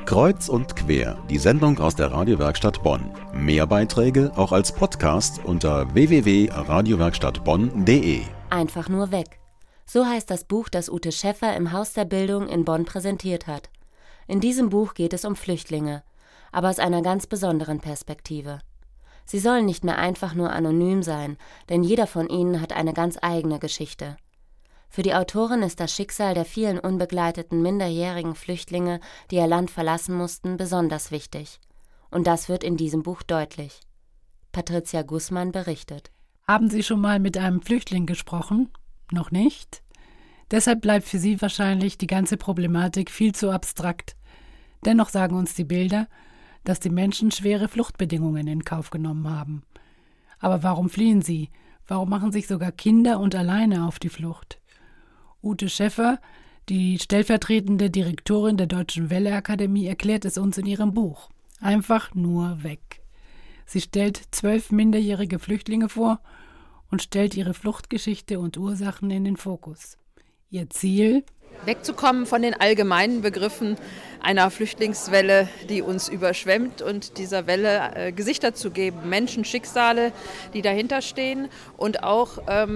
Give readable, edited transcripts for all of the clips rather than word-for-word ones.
Kreuz und quer, die Sendung aus der Radiowerkstatt Bonn. Mehr Beiträge auch als Podcast unter www.radiowerkstattbonn.de. Einfach nur weg. So heißt das Buch, das Ute Schäffer im Haus der Bildung in Bonn präsentiert hat. In diesem Buch geht es um Flüchtlinge, aber aus einer ganz besonderen Perspektive. Sie sollen nicht mehr einfach nur anonym sein, denn jeder von ihnen hat eine ganz eigene Geschichte. Für die Autorin ist das Schicksal der vielen unbegleiteten minderjährigen Flüchtlinge, die ihr Land verlassen mussten, besonders wichtig. Und das wird in diesem Buch deutlich. Patricia Gußmann berichtet. Haben Sie schon mal mit einem Flüchtling gesprochen? Noch nicht? Deshalb bleibt für Sie wahrscheinlich die ganze Problematik viel zu abstrakt. Dennoch sagen uns die Bilder, dass die Menschen schwere Fluchtbedingungen in Kauf genommen haben. Aber warum fliehen sie? Warum machen sich sogar Kinder und Alleine auf die Flucht? Ute Schäffer, die stellvertretende Direktorin der Deutschen Welle-Akademie, erklärt es uns in ihrem Buch. Einfach nur weg. Sie stellt 12 minderjährige Flüchtlinge vor und stellt ihre Fluchtgeschichte und Ursachen in den Fokus. Ihr Ziel? Wegzukommen von den allgemeinen Begriffen einer Flüchtlingswelle, die uns überschwemmt, und dieser Welle Gesichter zu geben, Menschen, Schicksale, die dahinter stehen, und auch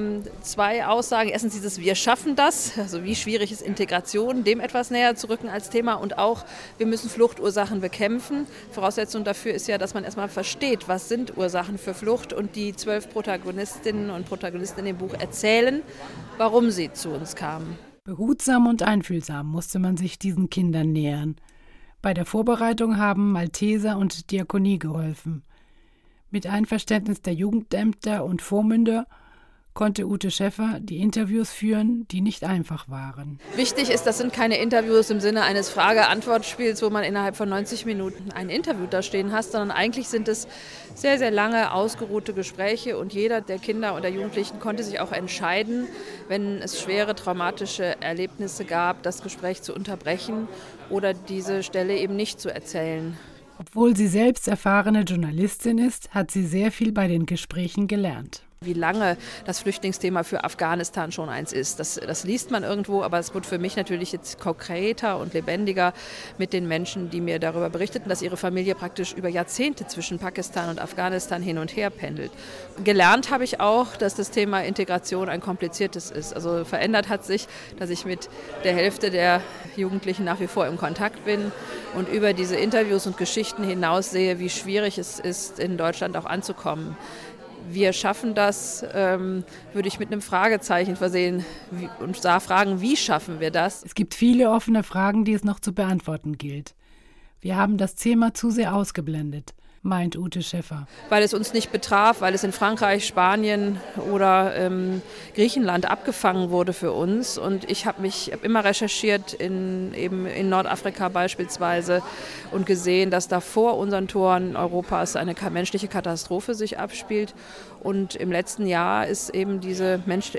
zwei Aussagen. Erstens dieses Wir schaffen das, also wie schwierig ist Integration, dem etwas näher zu rücken als Thema, und auch wir müssen Fluchtursachen bekämpfen. Voraussetzung dafür ist ja, dass man erstmal versteht, was sind Ursachen für Flucht, und die 12 Protagonistinnen und Protagonisten in dem Buch erzählen, warum sie zu uns kamen. Behutsam und einfühlsam musste man sich diesen Kindern nähern. Bei der Vorbereitung haben Malteser und Diakonie geholfen. Mit Einverständnis der Jugendämter und Vormünder konnte Ute Schäffer die Interviews führen, die nicht einfach waren. Wichtig ist, das sind keine Interviews im Sinne eines Frage-Antwort-Spiels, wo man innerhalb von 90 Minuten ein Interview da stehen hat, sondern eigentlich sind es sehr, sehr lange, ausgeruhte Gespräche, und jeder der Kinder und der Jugendlichen konnte sich auch entscheiden, wenn es schwere traumatische Erlebnisse gab, das Gespräch zu unterbrechen oder diese Stelle eben nicht zu erzählen. Obwohl sie selbst erfahrene Journalistin ist, hat sie sehr viel bei den Gesprächen gelernt. Wie lange das Flüchtlingsthema für Afghanistan schon eins ist, das liest man irgendwo, aber es wird für mich natürlich jetzt konkreter und lebendiger mit den Menschen, die mir darüber berichteten, dass ihre Familie praktisch über Jahrzehnte zwischen Pakistan und Afghanistan hin und her pendelt. Gelernt habe ich auch, dass das Thema Integration ein kompliziertes ist. Also verändert hat sich, dass ich mit der Hälfte der Jugendlichen nach wie vor im Kontakt bin und über diese Interviews und Geschichten hinaus sehe, wie schwierig es ist, in Deutschland auch anzukommen. Wir schaffen das, würde ich mit einem Fragezeichen versehen und da fragen, wie schaffen wir das? Es gibt viele offene Fragen, die es noch zu beantworten gilt. Wir haben das Thema zu sehr ausgeblendet, meint Ute Schäffer. Weil es uns nicht betraf, weil es in Frankreich, Spanien oder Griechenland abgefangen wurde für uns. Und ich habe immer recherchiert, in Nordafrika beispielsweise, und gesehen, dass da vor unseren Toren Europas eine menschliche Katastrophe sich abspielt. Und im letzten Jahr ist eben diese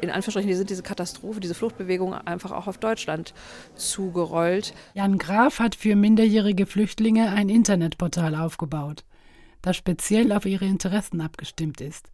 Katastrophe, diese Fluchtbewegung einfach auch auf Deutschland zugerollt. Jan Graf hat für minderjährige Flüchtlinge ein Internetportal aufgebaut, das speziell auf ihre Interessen abgestimmt ist.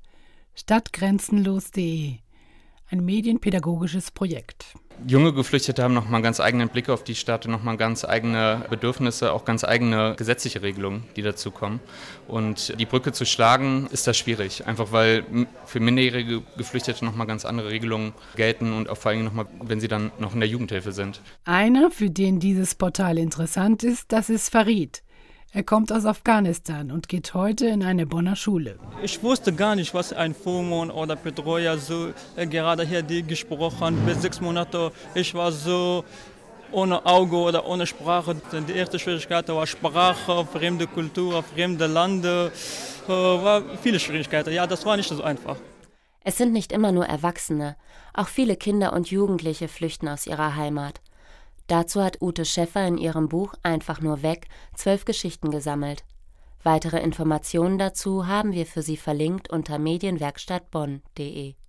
Stadtgrenzenlos.de, ein medienpädagogisches Projekt. Junge Geflüchtete haben nochmal einen ganz eigenen Blick auf die Stadt und nochmal ganz eigene Bedürfnisse, auch ganz eigene gesetzliche Regelungen, die dazu kommen. Und die Brücke zu schlagen, ist da schwierig, einfach weil für minderjährige Geflüchtete nochmal ganz andere Regelungen gelten und auch vor allem nochmal, wenn sie dann noch in der Jugendhilfe sind. Einer, für den dieses Portal interessant ist, das ist Farid. Er kommt aus Afghanistan und geht heute in eine Bonner Schule. Ich wusste gar nicht, was ein Vormund oder Betreuer so gerade hier die gesprochen. Bis 6 Monate, ich war so ohne Auge oder ohne Sprache. Die erste Schwierigkeit war Sprache, fremde Kultur, fremde Lande. War viele Schwierigkeiten. Ja, das war nicht so einfach. Es sind nicht immer nur Erwachsene, auch viele Kinder und Jugendliche flüchten aus ihrer Heimat. Dazu hat Ute Schäffer in ihrem Buch Einfach nur weg 12 Geschichten gesammelt. Weitere Informationen dazu haben wir für Sie verlinkt unter medienwerkstattbonn.de.